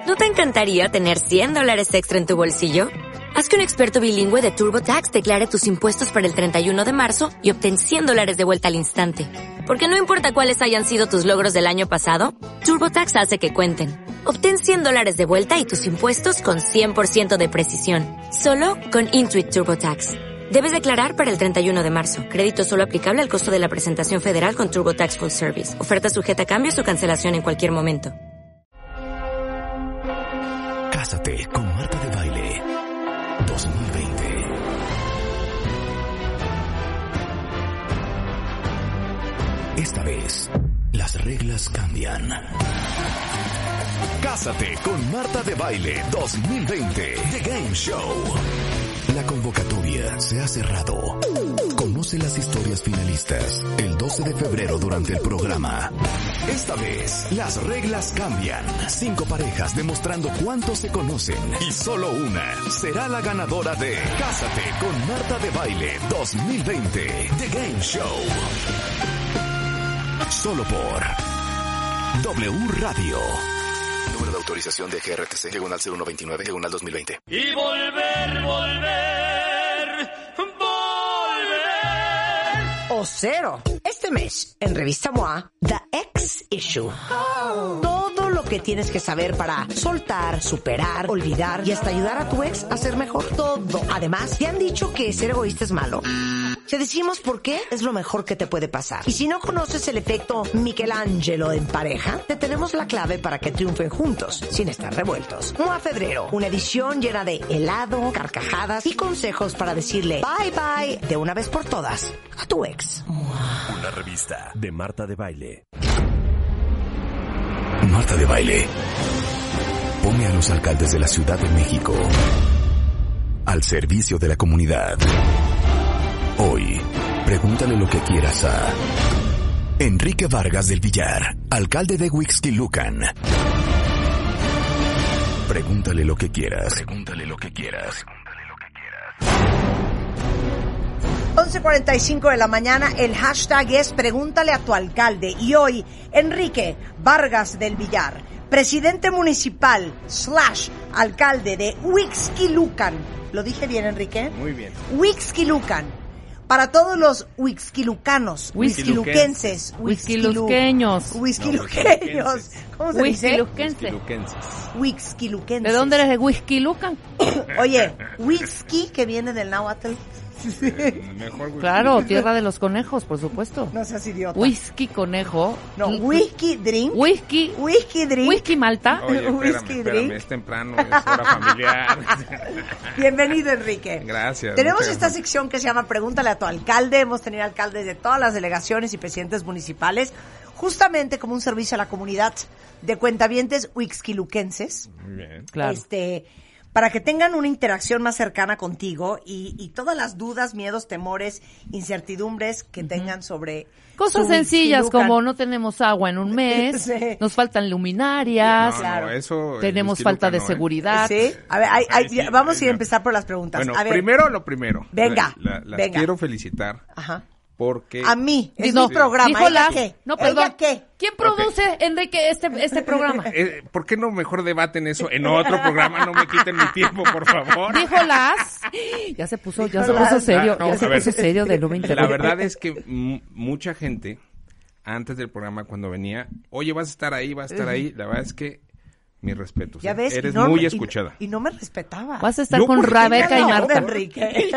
¿No te encantaría tener $100 extra en tu bolsillo? Haz que un experto bilingüe de TurboTax declare tus impuestos para el 31 de marzo y obtén $100 de vuelta al instante. Porque no importa cuáles hayan sido tus logros del año pasado, TurboTax hace que cuenten. Obtén $100 de vuelta y tus impuestos con 100% de precisión. Solo con Intuit TurboTax. Debes declarar para el 31 de marzo. Crédito solo aplicable al costo de la presentación federal con TurboTax Full Service. Oferta sujeta a cambios o cancelación en cualquier momento. Cásate con Marta de Baile 2020. Esta vez, las reglas cambian. Cásate con Marta de Baile 2020, The Game Show. La convocatoria se ha cerrado. Conoce las historias finalistas el 12 de febrero durante el programa. Esta vez, las reglas cambian. 5 parejas demostrando cuánto se conocen. Y solo una será la ganadora de Cásate con Marta de Baile 2020, The Game Show. Solo por W Radio. Número de autorización de GRTC, diagonal 0129, diagonal 2020. Y volver. O cero. Este mes, en Revista MOA, The X Issue. Todo lo que tienes que saber para soltar, superar, olvidar y hasta ayudar a tu ex a ser mejor. Todo. Además, ¿te han dicho que ser egoísta es malo? Te decimos por qué es lo mejor que te puede pasar. Y si no conoces el efecto Michelangelo en pareja, te tenemos la clave para que triunfen juntos, sin estar revueltos. MOA Febrero, una edición llena de helado, carcajadas y consejos para decirle bye bye de una vez por todas a tu ex. Una revista de Marta de Baile. Marta de Baile pone a los alcaldes de la Ciudad de México al servicio de la comunidad. Hoy, pregúntale lo que quieras a Enrique Vargas del Villar, alcalde de Huixquilucan. Pregúntale lo que quieras. Pregúntale lo que quieras. 11:45 de la mañana, el hashtag es Pregúntale a tu alcalde. Y hoy, Enrique Vargas del Villar, presidente municipal / alcalde de Huixquilucan. ¿Lo dije bien, Enrique? Muy bien. Huixquilucan. Para todos los huixquilucanos, huixquiluquenses, huixquiluqueños. Huixquiluqueños. ¿Cómo se dice? Huixquiluquenses. ¿De dónde eres? ¿De Huixquilucan? Oye, whisky, que viene del náhuatl. Mejor whisky. Claro, tierra de los conejos, por supuesto. No seas idiota. Whisky conejo. No, whisky drink. Whisky drink. Whisky malta. Oye, Whisky espérame, drink. es temprano, es hora familiar. Bienvenido, Enrique. Gracias. Tenemos muchas esta gracias. sección que se llama Pregúntale a tu alcalde. Hemos tenido alcaldes de todas las delegaciones y presidentes municipales, justamente como un servicio a la comunidad de cuentavientes huixquiluquenses. Muy bien. Claro. Para que tengan una interacción más cercana contigo y todas las dudas, miedos, temores, incertidumbres que tengan sobre Cosas su sencillas Huixquilucan. como no tenemos agua en un mes, Sí. nos faltan luminarias, No, claro. eso. tenemos el falta de Huixquilucan, ¿no? seguridad. ¿Sí? A ver, Sí, vamos a venga. empezar por las preguntas. Bueno, a ver, primero lo primero. Venga, Las venga. quiero felicitar Ajá. porque... A mí, es No, mi programa. dijo ¿Ella las- qué? No, perdón. ¿Ella qué? ¿Quién produce, Enrique, este programa? ¿Por qué no mejor debaten eso en otro programa? No me quiten mi tiempo, por favor. Dijo las. Ya se puso serio, No, ya se a ver. puso serio de no me interesa. La verdad es que mucha gente, antes del programa, cuando venía, oye, vas a estar ahí, vas a estar ahí. La verdad es que, mis respetos. Ya ves, Eres y no- muy y- escuchada. Y no me respetaba. Vas a estar Yo con por qué Rebeca y No, Marta. Enrique.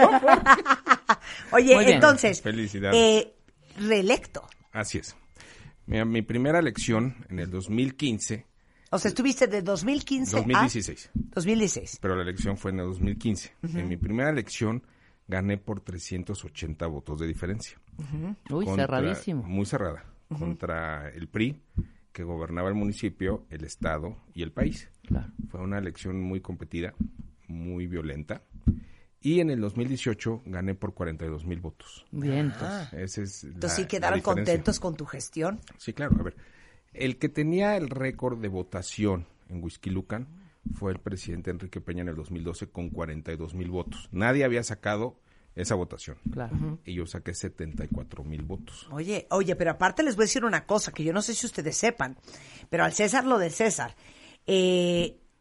Oye, Muy bien. entonces, Felicidades. reelecto. Así es. Mira, mi primera elección en el 2015, O sea, estuviste de 2015 2016, a 2016. pero la elección fue en el 2015. En mi primera elección gané por 380 votos de diferencia. Uy, cerradísimo. Muy cerrada. Contra el PRI, que gobernaba el municipio, el estado y el país. Claro. Fue una elección muy competida, muy violenta. Y en el 2018 gané por 42,000 votos. Bien. Esa es Entonces la- sí quedaron la diferencia. contentos con tu gestión. Sí, claro. A ver, el que tenía el récord de votación en Huixquilucan fue el presidente Enrique Peña en el 2012 con 42,000 votos. Nadie había sacado esa votación. Claro. Y yo saqué 74,000 votos. Oye, pero aparte les voy a decir una cosa que yo no sé si ustedes sepan, pero al César lo de César.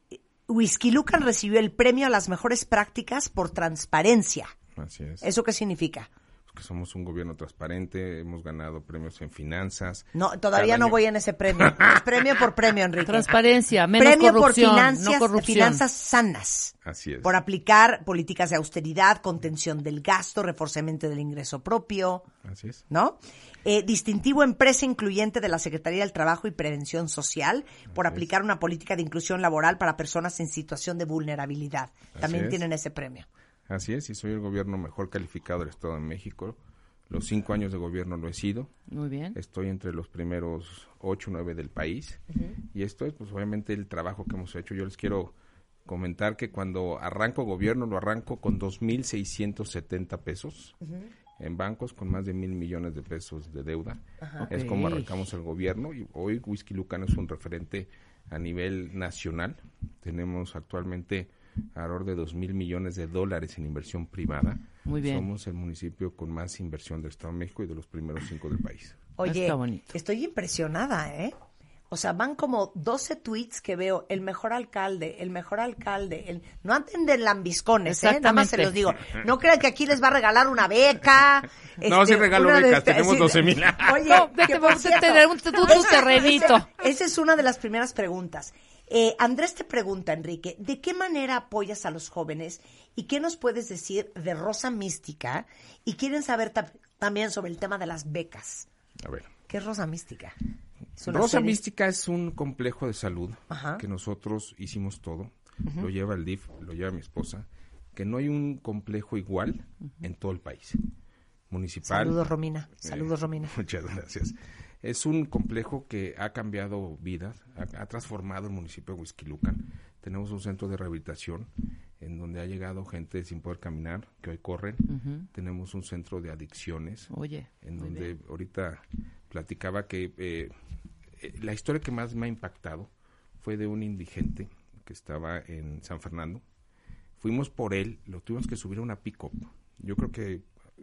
Huixquilucan recibió el premio a las mejores prácticas por transparencia. Así es. ¿Eso qué significa? Que somos un gobierno transparente, hemos ganado premios en finanzas. No, todavía no voy en ese premio. Es premio por premio, Enrique. Transparencia, menos premio corrupción, por no corrupción. finanzas sanas. Así es. Por aplicar políticas de austeridad, contención del gasto, reforzamiento del ingreso propio. Así es. ¿No? Distintivo empresa incluyente de la Secretaría del Trabajo y Prevención Social por aplicar una política de inclusión laboral para personas en situación de vulnerabilidad. También tienen ese premio. Así es, y soy el gobierno mejor calificado del Estado de México. Los 5 años de gobierno lo he sido. Muy bien. Estoy entre los primeros 8 o 9 del país. Y esto es, pues, obviamente, el trabajo que hemos hecho. Yo les quiero comentar que cuando arranco gobierno, lo arranco con 2,670 pesos. En bancos con más de 1,000 millones de pesos de deuda. Es como arrancamos el gobierno. Y hoy Huixquilucan es un referente a nivel nacional. Tenemos actualmente alrededor de 2,000 millones de dólares en inversión privada. Muy bien. Somos el municipio con más inversión del Estado de México y de los primeros 5 del país. Oye, estoy impresionada, ¿eh? O sea, van como 12 tweets que veo, el mejor alcalde. No anden de lambiscones, nada más se los digo. No crean que aquí les va a regalar una beca. No, sí regalo becas, tenemos 12,000. Oye, no, vamos a tener un terrenito. Esa es una de las primeras preguntas. Andrés te pregunta, Enrique, ¿de qué manera apoyas a los jóvenes y qué nos puedes decir de Rosa Mística? Y quieren saber también sobre el tema de las becas. A ver. ¿Qué es Rosa Mística? Rosa Mística es un complejo de salud que nosotros hicimos todo. Lo lleva el DIF, lo lleva mi esposa, que no hay un complejo igual en todo el país. Municipal. Saludos, Romina. Muchas gracias. Es un complejo que ha cambiado vidas, ha transformado el municipio de Huixquilucan. Tenemos un centro de rehabilitación en donde ha llegado gente sin poder caminar, que hoy corren. Tenemos un centro de adicciones, en donde ahorita platicaba que la historia que más me ha impactado fue de un indigente que estaba en San Fernando. Fuimos por él, lo tuvimos que subir a una pick-up. Yo creo que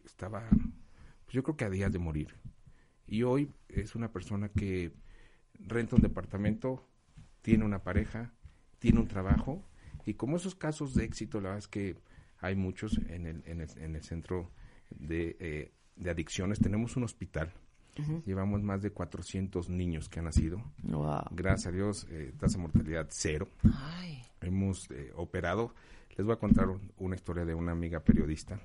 a días de morir. Y hoy es una persona que renta un departamento, tiene una pareja, tiene un trabajo, y como esos casos de éxito, la verdad es que hay muchos en el centro de adicciones. Tenemos un hospital, llevamos más de 400 niños que han nacido. Wow. Gracias a Dios, tasa de mortalidad 0. Ay. Hemos operado. Les voy a contar una historia de una amiga periodista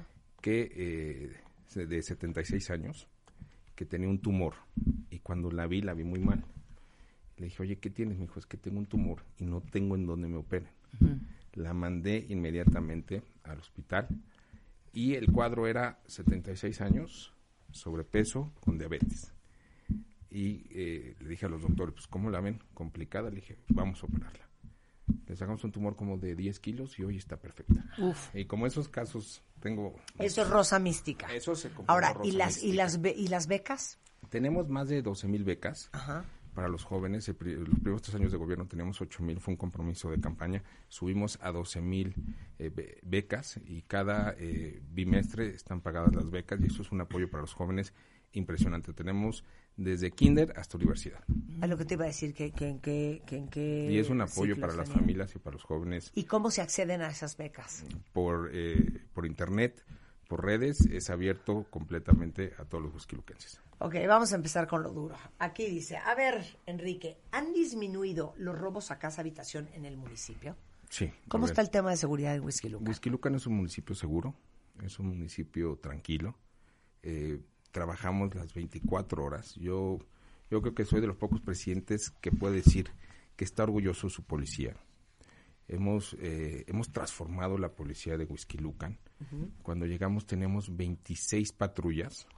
que de 76 años, que tenía un tumor, y cuando la vi muy mal. Le dije, oye, ¿qué tienes? Me dijo, es que tengo un tumor y no tengo en dónde me operen. La mandé inmediatamente al hospital y el cuadro era 76 años, sobrepeso, con diabetes. Y le dije a los doctores, pues, ¿cómo la ven? Complicada. Le dije, vamos a operarla. Le sacamos un tumor como de 10 kilos y hoy está perfecta. Uf. Y como esos casos tengo... Eso es Rosa Mística. Eso se compone. Ahora, Rosa ¿y las becas? Tenemos más de 12,000 becas para los jóvenes. Los primeros 3 años de gobierno teníamos 8,000, fue un compromiso de campaña. Subimos a 12,000 becas y cada bimestre están pagadas las becas, y eso es un apoyo para los jóvenes impresionante. Tenemos desde kinder hasta universidad. Es lo que te iba a decir, que y es un apoyo para las familias y para los jóvenes. ¿Y cómo se acceden a esas becas? Por internet, por redes, es abierto completamente a todos los huixquiluquenses. Ok, vamos a empezar con lo duro. Aquí dice, a ver, Enrique, ¿han disminuido los robos a casa habitación en el municipio? Sí. ¿Cómo está el tema de seguridad en Huixquilucan? Huixquilucan es un municipio seguro, es un municipio tranquilo. Trabajamos las 24 horas. Yo creo que soy de los pocos presidentes que puede decir que está orgulloso de su policía. Hemos transformado la policía de Huixquilucan. Cuando llegamos teníamos 26 patrullas.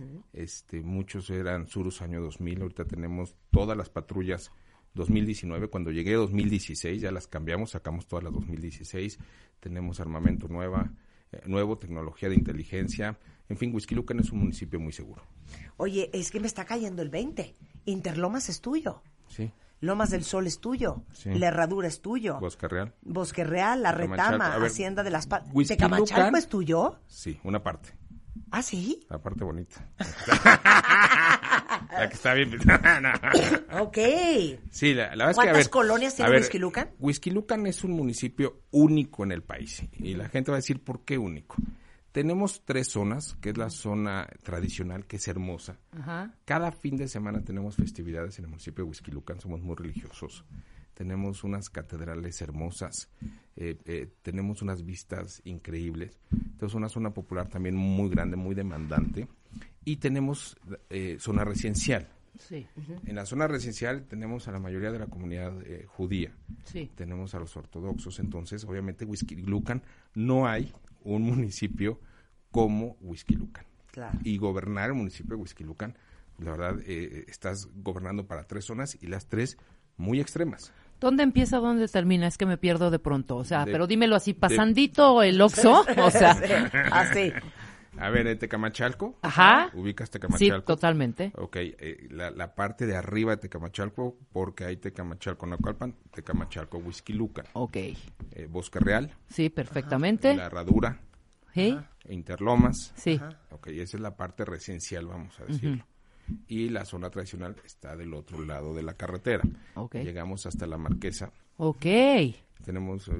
Muchos eran Surus año 2000. Ahorita tenemos todas las patrullas 2019. Cuando llegué 2016 ya las cambiamos, sacamos todas las 2016. Tenemos armamento nuevo, tecnología de inteligencia. En fin, Huixquilucan es un municipio muy seguro. Oye, es que me está cayendo el 20. Interlomas es tuyo. Sí. Lomas del Sol es tuyo. Sí. La Herradura es tuyo. Bosque Real. Bosque Real, La Retama, Hacienda de las Palmas. ¿Tecamachalco es tuyo? Sí, una parte. ¿Ah, sí? La parte bonita. La que está bien pintada. Ok. Sí, la verdad es que, ¿Cuántas colonias tiene Whisky Lucan? Whisky Lucan es un municipio único en el país. Y la gente va a decir, ¿por qué único? Tenemos 3 zonas, que es la zona tradicional, que es hermosa. Ajá. Cada fin de semana tenemos festividades en el municipio de Whisky Lucan, somos muy religiosos. Tenemos unas catedrales hermosas, tenemos unas vistas increíbles. Entonces, una zona popular también muy grande, muy demandante. Y tenemos zona residencial. Sí. En la zona residencial tenemos a la mayoría de la comunidad judía. Sí. Tenemos a los ortodoxos. Entonces, obviamente, Whisky Lucan, no hay un municipio como Whisky Lucan. Claro. Y gobernar el municipio de Whisky Lucan, la verdad, estás gobernando para 3 zonas y las 3 muy extremas. ¿Dónde empieza, dónde termina? Es que me pierdo de pronto. O sea, De- pero dímelo así, pasandito el Oxxo. O sea, Así. A ver, Tecamachalco. Ajá. ¿Ubicas Sí, Tecamachalco? totalmente. Ok, la parte de arriba de Tecamachalco, porque hay Tecamachalco, Naucalpan, Tecamachalco, Whisky Lucan. Ok. Bosque Real, Sí, perfectamente. La Herradura, ¿Sí? Interlomas. Sí. Ok, esa es la parte residencial, vamos a decirlo. Y la zona tradicional está del otro lado de la carretera. Ok. Llegamos hasta la Marquesa. Ok. Tenemos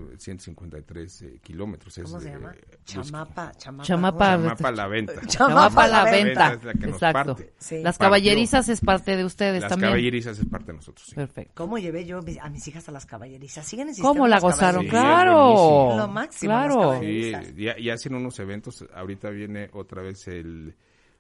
153 kilómetros. ¿Cómo se llama? Chamapa. Chamapa. La Venta. Chamapa la La venta. venta es la que nos Exacto. parte. Sí. Las Partió. caballerizas es parte de ustedes Las también. caballerizas es parte de nosotros, sí. Perfecto. ¿Cómo llevé yo a mis hijas a las caballerizas? ¿Siguen existiendo ¿Cómo la las gozaron? Sí, caballerizas? es Claro. buenísimo. Lo máximo, Claro. las caballerizas. Sí, y hacen unos eventos. Ahorita viene otra vez el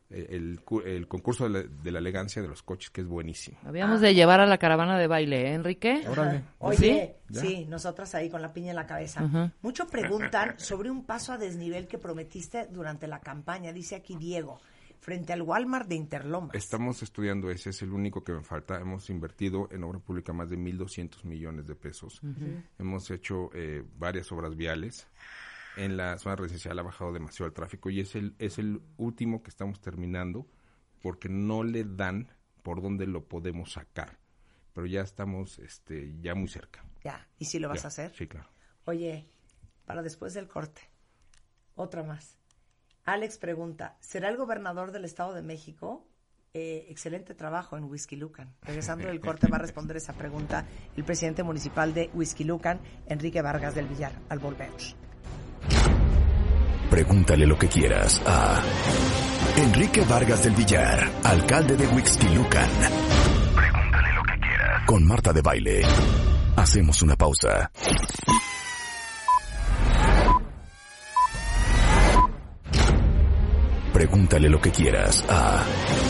concurso de la elegancia de los coches, que es buenísimo. Habíamos de llevar a la caravana de baile, ¿eh, Enrique? Órale. Oye, ¿Ya? sí, nosotras ahí con la piña en la cabeza. Ajá. Mucho preguntan sobre un paso a desnivel que prometiste durante la campaña. Dice aquí Diego, frente al Walmart de Interlomas. Estamos estudiando ese, es el único que me falta. Hemos invertido en obra pública más de 1,200 millones de pesos. Hemos hecho varias obras viales. En la zona residencial ha bajado demasiado el tráfico y es el último que estamos terminando porque no le dan por dónde lo podemos sacar. Pero ya estamos ya muy cerca. Ya, ¿y si lo vas Ya, a hacer? Sí, claro. Oye, para después del corte, otra más. Alex pregunta, ¿será el gobernador del Estado de México? Excelente trabajo en Whisky Lucan. Regresando del corte va a responder esa pregunta el presidente municipal de Whisky Lucan, Enrique Vargas del Villar, al volver. Pregúntale lo que quieras a Enrique Vargas del Villar, alcalde de Huixquilucan. Pregúntale lo que quieras. Con Marta de Baile. Hacemos una pausa. Pregúntale lo que quieras a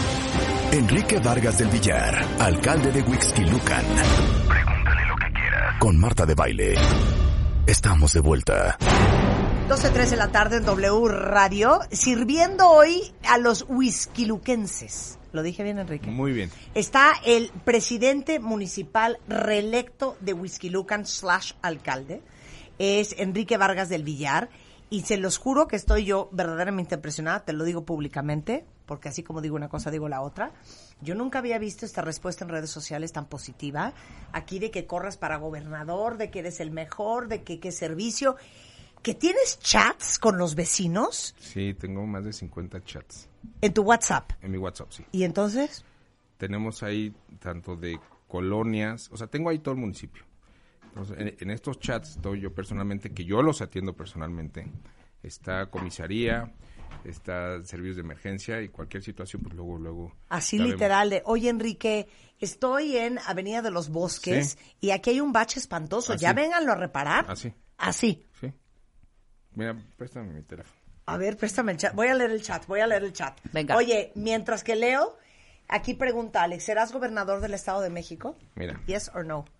Enrique Vargas del Villar, alcalde de Huixquilucan. Pregúntale lo que quieras. Con Marta de Baile. Estamos de vuelta. 12:03 de la tarde en W Radio, sirviendo hoy a los huixquiluquenses. ¿Lo dije bien, Enrique? Muy bien. Está el presidente municipal reelecto de Huixquilucan / alcalde. Es Enrique Vargas del Villar. Y se los juro que estoy yo verdaderamente impresionada, te lo digo públicamente, porque así como digo una cosa, digo la otra. Yo nunca había visto esta respuesta en redes sociales tan positiva. Aquí de que corras para gobernador, de que eres el mejor, de que qué servicio. ¿Que tienes chats con los vecinos Sí, tengo más de 50 chats en tu WhatsApp? en mi WhatsApp, sí. ¿Y entonces? Tenemos ahí tanto de colonias, o sea, tengo ahí todo el municipio. Entonces, en estos chats estoy yo personalmente, que yo los atiendo personalmente. Está comisaría, está servicios de emergencia y cualquier situación, pues luego. Así la vemos. literal de, oye Enrique, estoy en Avenida de los Bosques y aquí hay un bache espantoso, Así. ya vénganlo a reparar. Así, Así. sí. Mira, préstame mi teléfono. A ver, préstame el chat. Voy a leer el chat. Venga. Oye, mientras que leo, aquí pregunta Alex, ¿serás gobernador del Estado de México? Mira, Yes or no.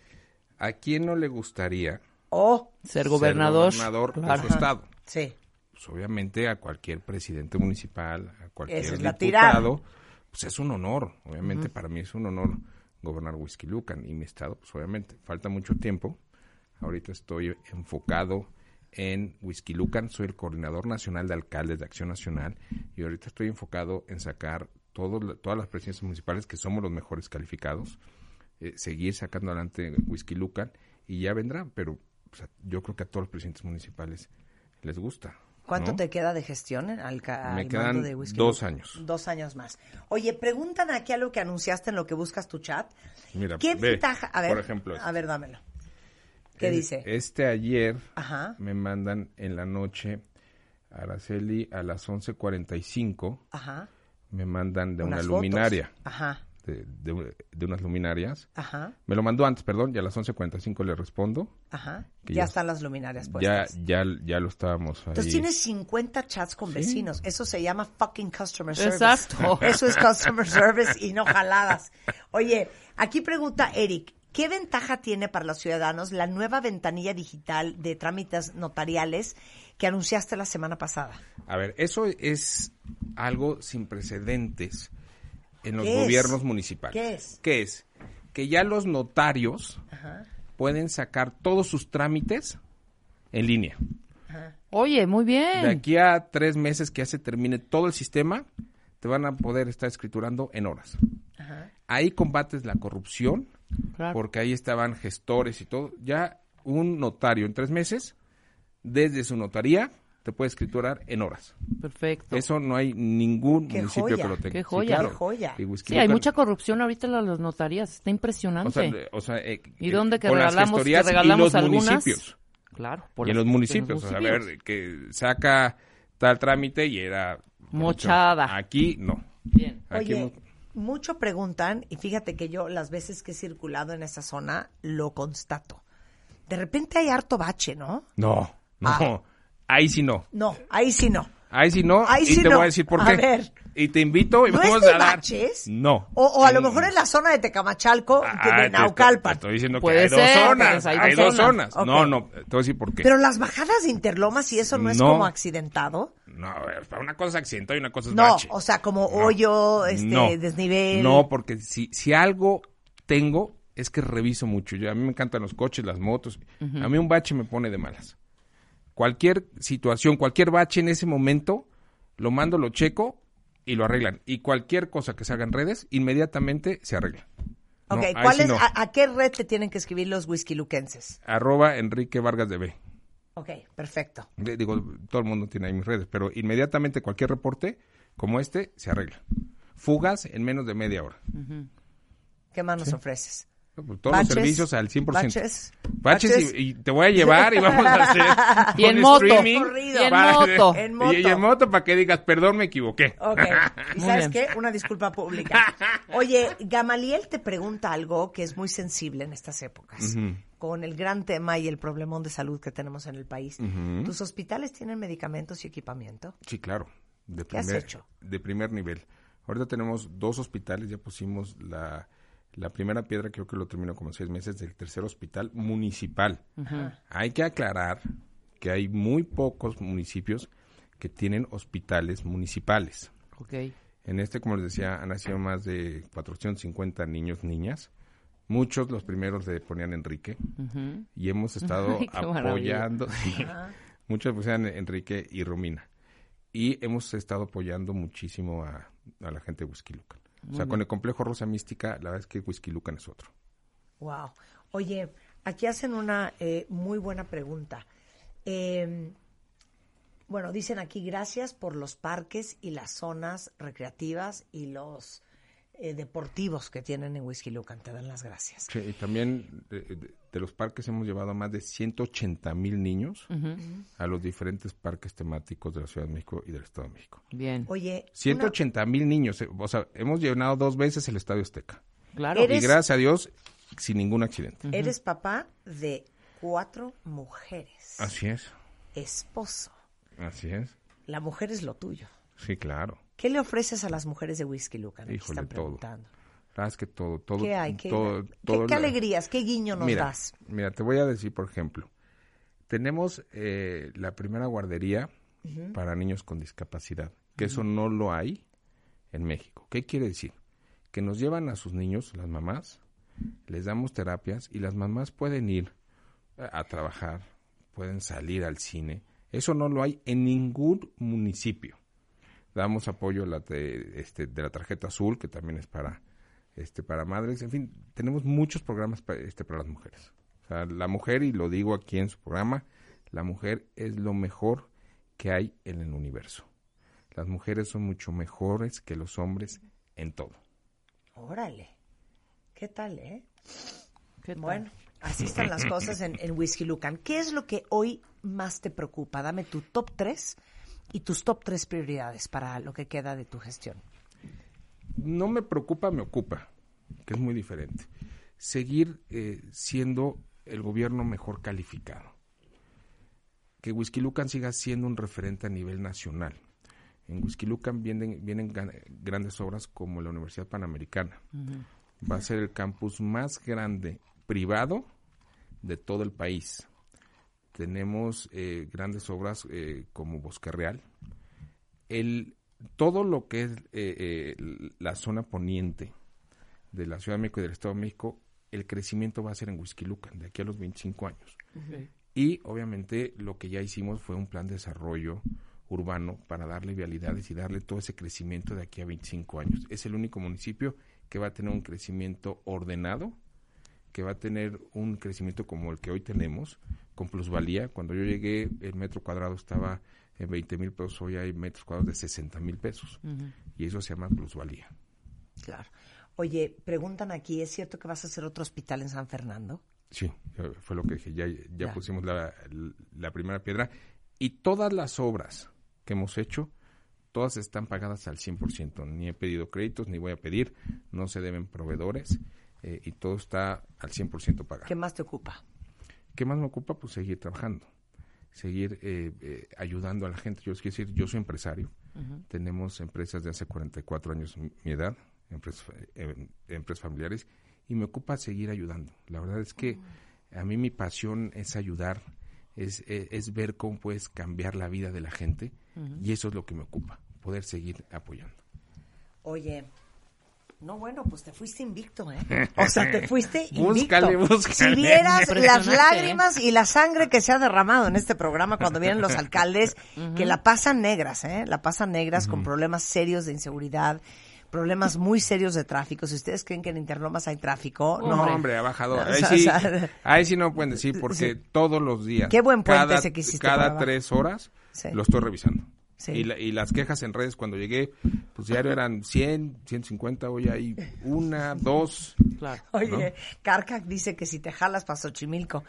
¿a quién no le gustaría Oh, Ser gobernador. ser gobernador de Claro. su estado? sí. Pues obviamente a cualquier presidente municipal, a cualquier Esa es la diputado, pues es un honor. Obviamente para mí es un honor gobernar Huixquilucan y mi estado, pues obviamente falta mucho tiempo. Ahorita estoy enfocado en Huixquilucan, soy el coordinador nacional de alcaldes de Acción Nacional y ahorita estoy enfocado en sacar todas las presidencias municipales que somos los mejores calificados, seguir sacando adelante Huixquilucan y ya vendrá, pero o sea, yo creo que a todos los presidentes municipales les gusta. ¿Cuánto ¿no? te queda de gestión al Me mando quedan de Whisky 2 Lucan? años. 2 años más. Oye, preguntan aquí algo que anunciaste en lo que buscas tu chat. Mira, ¿Qué ve, ventaja? A ver, por ejemplo, a ver, dámelo. ¿Qué dice? Ayer Ajá. me mandan en la noche, Araceli, a las 11:45, Ajá. me mandan de Unas una fotos. luminaria, Ajá. de unas luminarias. Ajá. Me lo mandó antes, perdón, y a las 11:45 le respondo. Ajá. Que Ya ya- están las luminarias Ya, puestas. ya lo estábamos ahí. Entonces tienes 50 chats con vecinos. Eso se llama fucking customer service. Exacto. Eso es customer service y no jaladas. Oye, aquí pregunta Eric, ¿qué ventaja tiene para los ciudadanos la nueva ventanilla digital de trámites notariales que anunciaste la semana pasada? A ver, eso es algo sin precedentes en los ¿Qué es? gobiernos municipales. ¿Qué es? ¿Qué es? Que ya los notarios Ajá. pueden sacar todos sus trámites en línea. Oye, muy bien. De aquí a 3 meses que ya se termine todo el sistema, te van a poder estar escriturando en horas. Ajá. Ahí combates la corrupción, Claro. porque ahí estaban gestores y todo. Ya un notario en 3 meses, desde su notaría, te puede escriturar en horas. Perfecto. Eso no hay ningún ¡Qué municipio joya! que lo tenga. ¡Qué Sí, joya! claro. ¡Qué joya! Y Whisky Sí, hay Lucan- mucha corrupción ahorita en las notarías. Está impresionante. O sea, ¿Y dónde que con las regalamos, gestorías que regalamos y los algunas? municipios. Claro. Y en los municipios. O sea, a ver, que saca tal trámite y era... Mochada. Aquí, no. Bien. Aquí Oye, mucho preguntan, y fíjate que yo las veces que he circulado en esa zona lo constato. De repente hay harto bache, ¿no? No, no. Ah. Ahí sí no. No, ahí sí no. Ahí sí no. Ahí y sí te no. voy a decir por A qué. ver. Y te invito y ¿No vamos es de a dar... baches? No. O a lo mejor en la zona de Tecamachalco, de Naucalpan. Te estoy diciendo que Puede hay dos ser, zonas. pues, hay Hay dos dos zonas. zonas. Ok. No, no. Te voy a decir por qué. Pero las bajadas de Interlomas y eso no es No. como accidentado. No, a ver, una cosa es accidentado y una cosa es No, bache. o sea, como No. hoyo, No. desnivel. No, porque si algo tengo es que reviso mucho. A mí me encantan los coches, las motos. A mí un bache me pone de malas. Cualquier situación, cualquier bache en ese momento, lo mando, lo checo y lo arreglan. Y cualquier cosa que se haga en redes, inmediatamente se arregla. No, Ok, ahí ¿cuál sí es, no. a qué red te tienen que escribir los whiskyluquenses? @Enrique Vargas de B. Ok, perfecto. Digo, todo el mundo tiene ahí mis redes, pero inmediatamente cualquier reporte como este se arregla. Fugas en menos de media hora. ¿Qué más nos ofreces? Pues todos los servicios al 100%. Baches. Y te voy a llevar y vamos a hacer Y en un moto. streaming Corrido. Y en para- moto. En moto. Y en moto para que digas, perdón, me equivoqué. Ok, ¿y Muy sabes bien. qué? Una disculpa pública. Oye, Gamaliel te pregunta algo que es muy sensible en estas épocas, con el gran tema y el problemón de salud que tenemos en el país. ¿Tus hospitales tienen medicamentos y equipamiento? Sí, claro. ¿Qué has hecho? De primer nivel. Ahorita tenemos 2 hospitales, ya pusimos la primera piedra, creo que lo terminó como en 6 meses, del tercer hospital municipal. Hay que aclarar que hay muy pocos municipios que tienen hospitales municipales. Ok. En como les decía, han nacido más de 450 niños, niñas. Muchos, los primeros le ponían Enrique. Y hemos estado Ay, qué maravilla. apoyando. Muchos pusieron Enrique y Romina. Y hemos estado apoyando muchísimo a la gente de Whisky Lucan. O sea, con el complejo Rosa Mística, la verdad es que Whisky Lucan es otro. Wow. Oye, aquí hacen una muy buena pregunta. Bueno, dicen aquí, gracias por los parques y las zonas recreativas y los deportivos que tienen en Whisky Lucan. Te dan las gracias. Sí, y también de los parques hemos llevado a más de 180,000 niños a los diferentes parques temáticos de la Ciudad de México y del Estado de México. Bien. Oye, 180,000 niños. O sea, hemos llenado 2 veces el Estadio Azteca. Claro. Eres- Y gracias a Dios, sin ningún accidente. eres papá de 4 mujeres. Así es. Esposo. Así es. La mujer es lo tuyo. Sí, claro. ¿Qué le ofreces a las mujeres de Whisky Lucan? Aquí Híjole, están todo. preguntando. La verdad es que todo. ¿Qué hay? todo, ¿Qué alegrías? ¿Qué guiño nos mira, das? Mira, te voy a decir, por ejemplo, tenemos la primera guardería para niños con discapacidad, que eso no lo hay en México. ¿Qué quiere decir? Que nos llevan a sus niños, las mamás, les damos terapias y las mamás pueden ir a trabajar, pueden salir al cine. Eso no lo hay en ningún municipio. Damos apoyo de la tarjeta azul, que también es para madres. En fin, tenemos muchos programas para las mujeres. O sea, la mujer, y lo digo aquí en su programa, la mujer es lo mejor que hay en el universo. Las mujeres son mucho mejores que los hombres en todo. Órale. ¿Qué tal, eh? ¿Qué tal? Bueno, así están las cosas en Whisky Lucan. ¿Qué es lo que hoy más te preocupa? Dame tu top 3 y tus top 3 prioridades para lo que queda de tu gestión. No me preocupa, me ocupa, que es muy diferente. Seguir siendo el gobierno mejor calificado. Que Whisky Lucan siga siendo un referente a nivel nacional. En Whisky Lucan vienen grandes obras como la Universidad Panamericana. Va a ser el campus más grande privado de todo el país. Tenemos grandes obras como Bosque Real. Todo lo que es la zona poniente de la Ciudad de México y del Estado de México, el crecimiento va a ser en Whisky Lucan de aquí a los 25 años. Okay. Y obviamente lo que ya hicimos fue un plan de desarrollo urbano para darle vialidades y darle todo ese crecimiento de aquí a 25 años. Es el único municipio que va a tener un crecimiento ordenado, que va a tener un crecimiento como el que hoy tenemos, con plusvalía. Cuando yo llegué, el metro cuadrado estaba en 20,000 pesos, hoy hay metros cuadrados de 60,000 pesos. Y eso se llama plusvalía. Claro. Oye, preguntan aquí, ¿es cierto que vas a hacer otro hospital en San Fernando? Sí, fue lo que dije, ya pusimos la primera piedra. Y todas las obras que hemos hecho, todas están pagadas al 100%. Ni he pedido créditos, ni voy a pedir, no se deben proveedores, y todo está al 100% pagado. ¿Qué más te ocupa? ¿Qué más me ocupa? Pues seguir trabajando, seguir ayudando a la gente. Yo les quiero decir, yo soy empresario, tenemos empresas de hace 44 años mi edad, empresas familiares, y me ocupa seguir ayudando. La verdad es que a mí mi pasión es ayudar, es ver cómo puedes cambiar la vida de la gente, y eso es lo que me ocupa, poder seguir apoyando. Oye, no, bueno, pues te fuiste invicto, ¿eh? O sea, te fuiste invicto. Búscale. Si vieras las lágrimas y la sangre que se ha derramado en este programa cuando vienen los alcaldes, que la pasan negras, ¿eh? La pasan negras con problemas serios de inseguridad, problemas muy serios de tráfico. Si ustedes creen que en Interlomas hay tráfico, no. Hombre, ha bajado. Ahí sí no pueden decir, porque todos los días. Qué buen puente ese que hiciste. Cada 3 horas lo estoy revisando. Sí. Y las quejas en redes cuando llegué, pues diario eran 100, 150, hoy hay 1, 2. Claro. Oye, ¿no? Carcac dice que si te jalas para Xochimilco,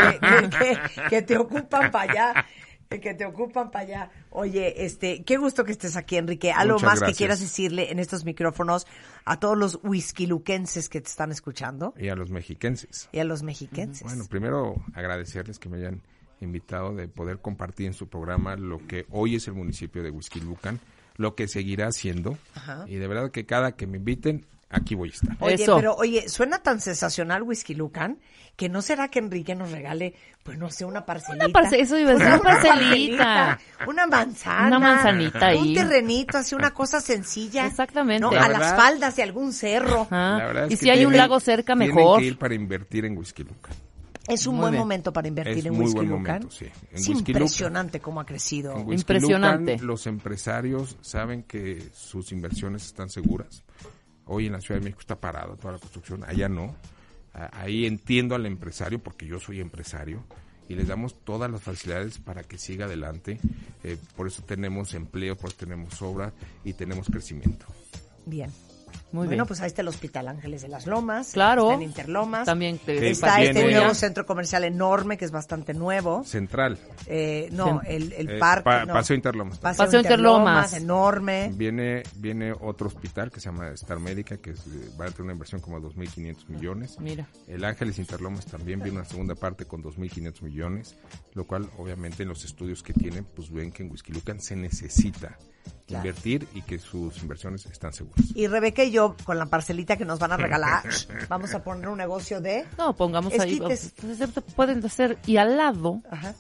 que te ocupan para allá. Que te ocupan para allá. Oye, qué gusto que estés aquí, Enrique. ¿Algo Muchas más gracias. que quieras decirle en estos micrófonos a todos los whiskyluquenses que te están escuchando? Y a los mexiquenses. Y a los mexiquenses. Bueno, primero agradecerles que me hayan invitado, de poder compartir en su programa lo que hoy es el municipio de Whisky Lucan, lo que seguirá siendo. Ajá. Y de verdad que cada que me inviten, aquí voy a estar. Oye, Eso. pero suena tan sensacional Whisky Lucan, que no será que Enrique nos regale, pues no sé, una parcelita. Eso iba a ser, una parcelita. Una manzana. Una manzanita ahí. Un terrenito, así una cosa sencilla. Exactamente. ¿No? La A verdad, las faldas de algún cerro. Ajá. La verdad es Y que si hay un lago cerca, tienen mejor. que ir para invertir en Whisky Lucan. Es un Muy buen bien. momento para invertir Es en muy Whisky buen Lucan. momento, sí. En Es Whisky impresionante cómo ha crecido. En Whisky Impresionante. Lucan, los empresarios saben que sus inversiones están seguras. Hoy en la Ciudad de México está parada toda la construcción, allá no. Ahí entiendo al empresario, porque yo soy empresario, y les damos todas las facilidades para que siga adelante. Por eso tenemos empleo, por eso tenemos obra y tenemos crecimiento. Bien. Muy Bueno, bien. pues ahí está el Hospital Ángeles de las Lomas. Claro. Está en Interlomas. También Está bien, este muy nuevo bien. centro comercial enorme que es bastante nuevo. Central. No, el parque. no. Paseo Interlomas. Paseo Interlomas. Enorme. Viene otro hospital que se llama Star Médica, que va a tener una inversión como de 2,500 millones. Mira. El Ángeles Interlomas también viene una segunda parte con 2,500 millones, lo cual obviamente en los estudios que tienen, pues ven que en Whisky Lucan se necesita invertir y que sus inversiones están seguras. Y Rebeca y yo, con la parcelita que nos van a regalar, vamos a poner un negocio de... No, pongamos Esquites. ahí. Pueden hacer, y al lado, Ajá.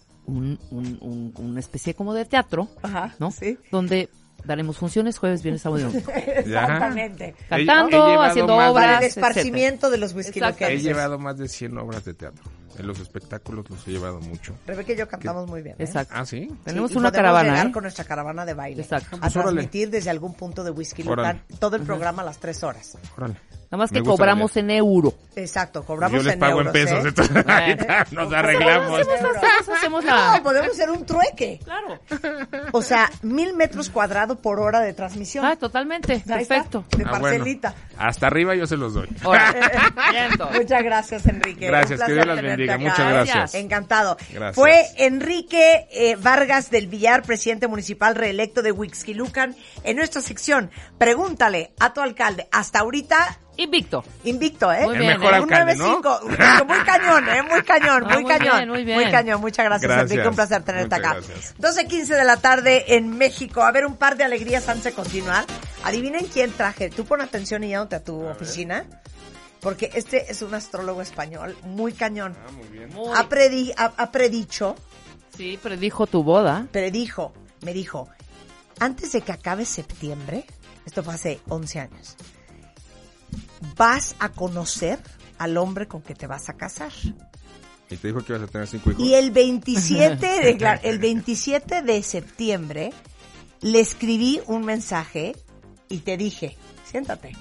una especie como de teatro, Ajá, ¿no? sí. Donde daremos funciones jueves, viernes, sábado y domingo. Exactamente. Cantando, He llevado haciendo más de- Para obras, el esparcimiento de los He whiskyluquenses. llevado más de 100 obras de teatro. En los espectáculos los he llevado mucho. Rebeca y yo cantamos muy bien. ¿eh? Exacto. Ah, ¿sí? Tenemos Sí, y una podemos caravana, llegar ¿eh? con nuestra caravana de baile. Exacto. A Pues órale. transmitir desde algún punto de Whisky Lucan Órale. todo el programa a las 3 horas. Órale. Nada más que cobramos en euro. Exacto, cobramos en euros. Yo les pago en pesos, entonces ahorita nos arreglamos. No, podemos hacer un trueque. Claro. O sea, 1,000 metros cuadrados por hora de transmisión. Totalmente. Ahí Perfecto. Está, de parcelita. Bueno, hasta arriba yo se los doy. Muchas gracias, Enrique. Gracias, que Dios las bendiga. Muchas gracias. Encantado. Gracias. Fue Enrique Vargas del Villar, presidente municipal reelecto de Huixquilucan, en nuestra sección Pregúntale a tu alcalde. Hasta ahorita... Invicto, ¿eh? Muy bien, el mejor alcalde, ¿no? Muy cañón, muy cañón. Muy bien. Muy cañón. Muchas gracias, Enrique. Un placer tenerte acá. 12:15 de la tarde en México. A ver, un par de alegrías antes de continuar. Adivinen quién traje. Tú pon atención y llévate a tu oficina. Porque este es un astrólogo español muy cañón. Muy bien. Ha predicho. Sí, predijo tu boda. Me dijo, antes de que acabe septiembre, esto fue hace 11 años, vas a conocer al hombre con que te vas a casar. Y te dijo que ibas a tener 5 hijos. Y el 27 de septiembre le escribí un mensaje y te dije, siéntate.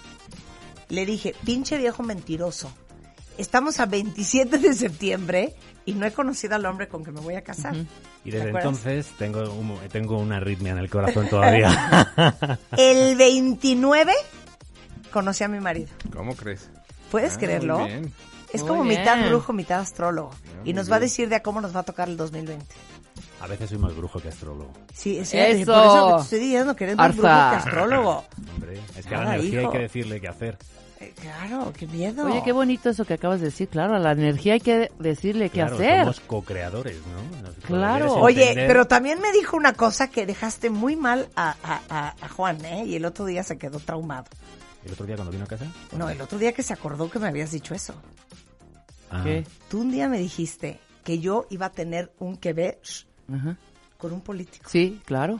Le dije, pinche viejo mentiroso, estamos a 27 de septiembre y no he conocido al hombre con que me voy a casar. Y desde entonces tengo una arritmia en el corazón todavía. El 29 conocí a mi marido. ¿Cómo crees? ¿Puedes creerlo? Muy bien. Es como mitad brujo, mitad astrólogo. Y nos va a decir de a cómo nos va a tocar el 2020. A veces soy más brujo que astrólogo. Sí, es Eso. por eso te estoy diciendo que eres más brujo que astrólogo. Hombre, es que a la energía hay que decirle qué hacer. Claro, qué miedo. Oye, qué bonito eso que acabas de decir. Claro, a la energía hay que decirle qué hacer. Somos co-creadores, ¿no? Claro. Oye, pero también me dijo una cosa que dejaste muy mal a Juan, ¿eh? Y el otro día se quedó traumado. ¿El otro día cuando vino a casa? No, el otro día que se acordó que me habías dicho eso. ¿Qué? Tú un día me dijiste que yo iba a tener un que ver con un político. Sí, claro.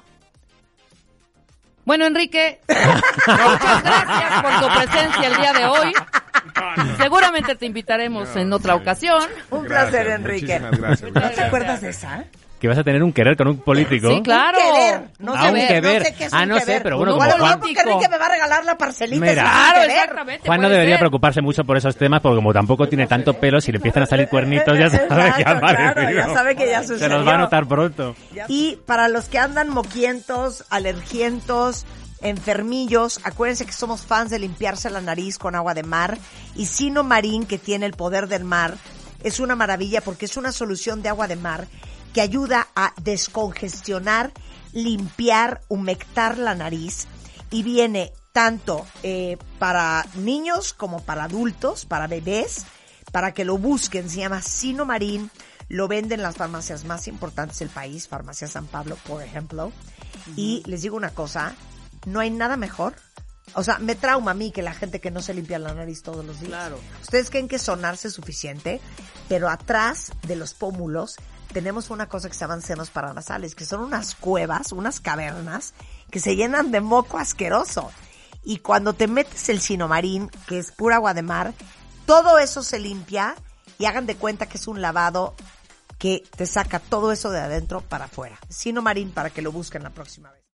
Bueno, Enrique, muchas gracias por tu presencia el día de hoy. Seguramente te invitaremos en otra ocasión. Un placer, Enrique. Muchísimas gracias. ¿No te acuerdas de esa? ¿Que vas a tener un querer con un político? Sí, claro. Un querer. No sé, un que ver. No sé qué es un no que sé, ver. pero bueno, Bueno, como Juan... porque Enrique me va a regalar la parcelita. Mira. Claro, sin querer. exactamente. Juan no debería preocuparse mucho por esos temas, porque como tampoco tiene tanto pelo, si le empiezan a salir cuernitos, ya sabe que ha Claro, aparecido. ya sabe que ya sucedió. Se los va a notar pronto. Y para los que andan moquientos, alergientos, enfermillos, acuérdense que somos fans de limpiarse la nariz con agua de mar. Y Sino Marín, que tiene el poder del mar, es una maravilla porque es una solución de agua de mar que ayuda a descongestionar, limpiar, humectar la nariz, y viene tanto para niños como para adultos, para bebés, para que lo busquen. Se llama Sino Marín, lo venden en las farmacias más importantes del país, Farmacia San Pablo, por ejemplo. Y les digo una cosa, no hay nada mejor. O sea, me trauma a mí que la gente que no se limpia la nariz todos los días. Claro. Ustedes creen que sonarse es suficiente, pero atrás de los pómulos tenemos una cosa que se llaman senos paranasales, que son unas cuevas, unas cavernas que se llenan de moco asqueroso. Y cuando te metes el Sino Marín, que es pura agua de mar, todo eso se limpia y hagan de cuenta que es un lavado que te saca todo eso de adentro para afuera. Sino Marín, para que lo busquen la próxima vez.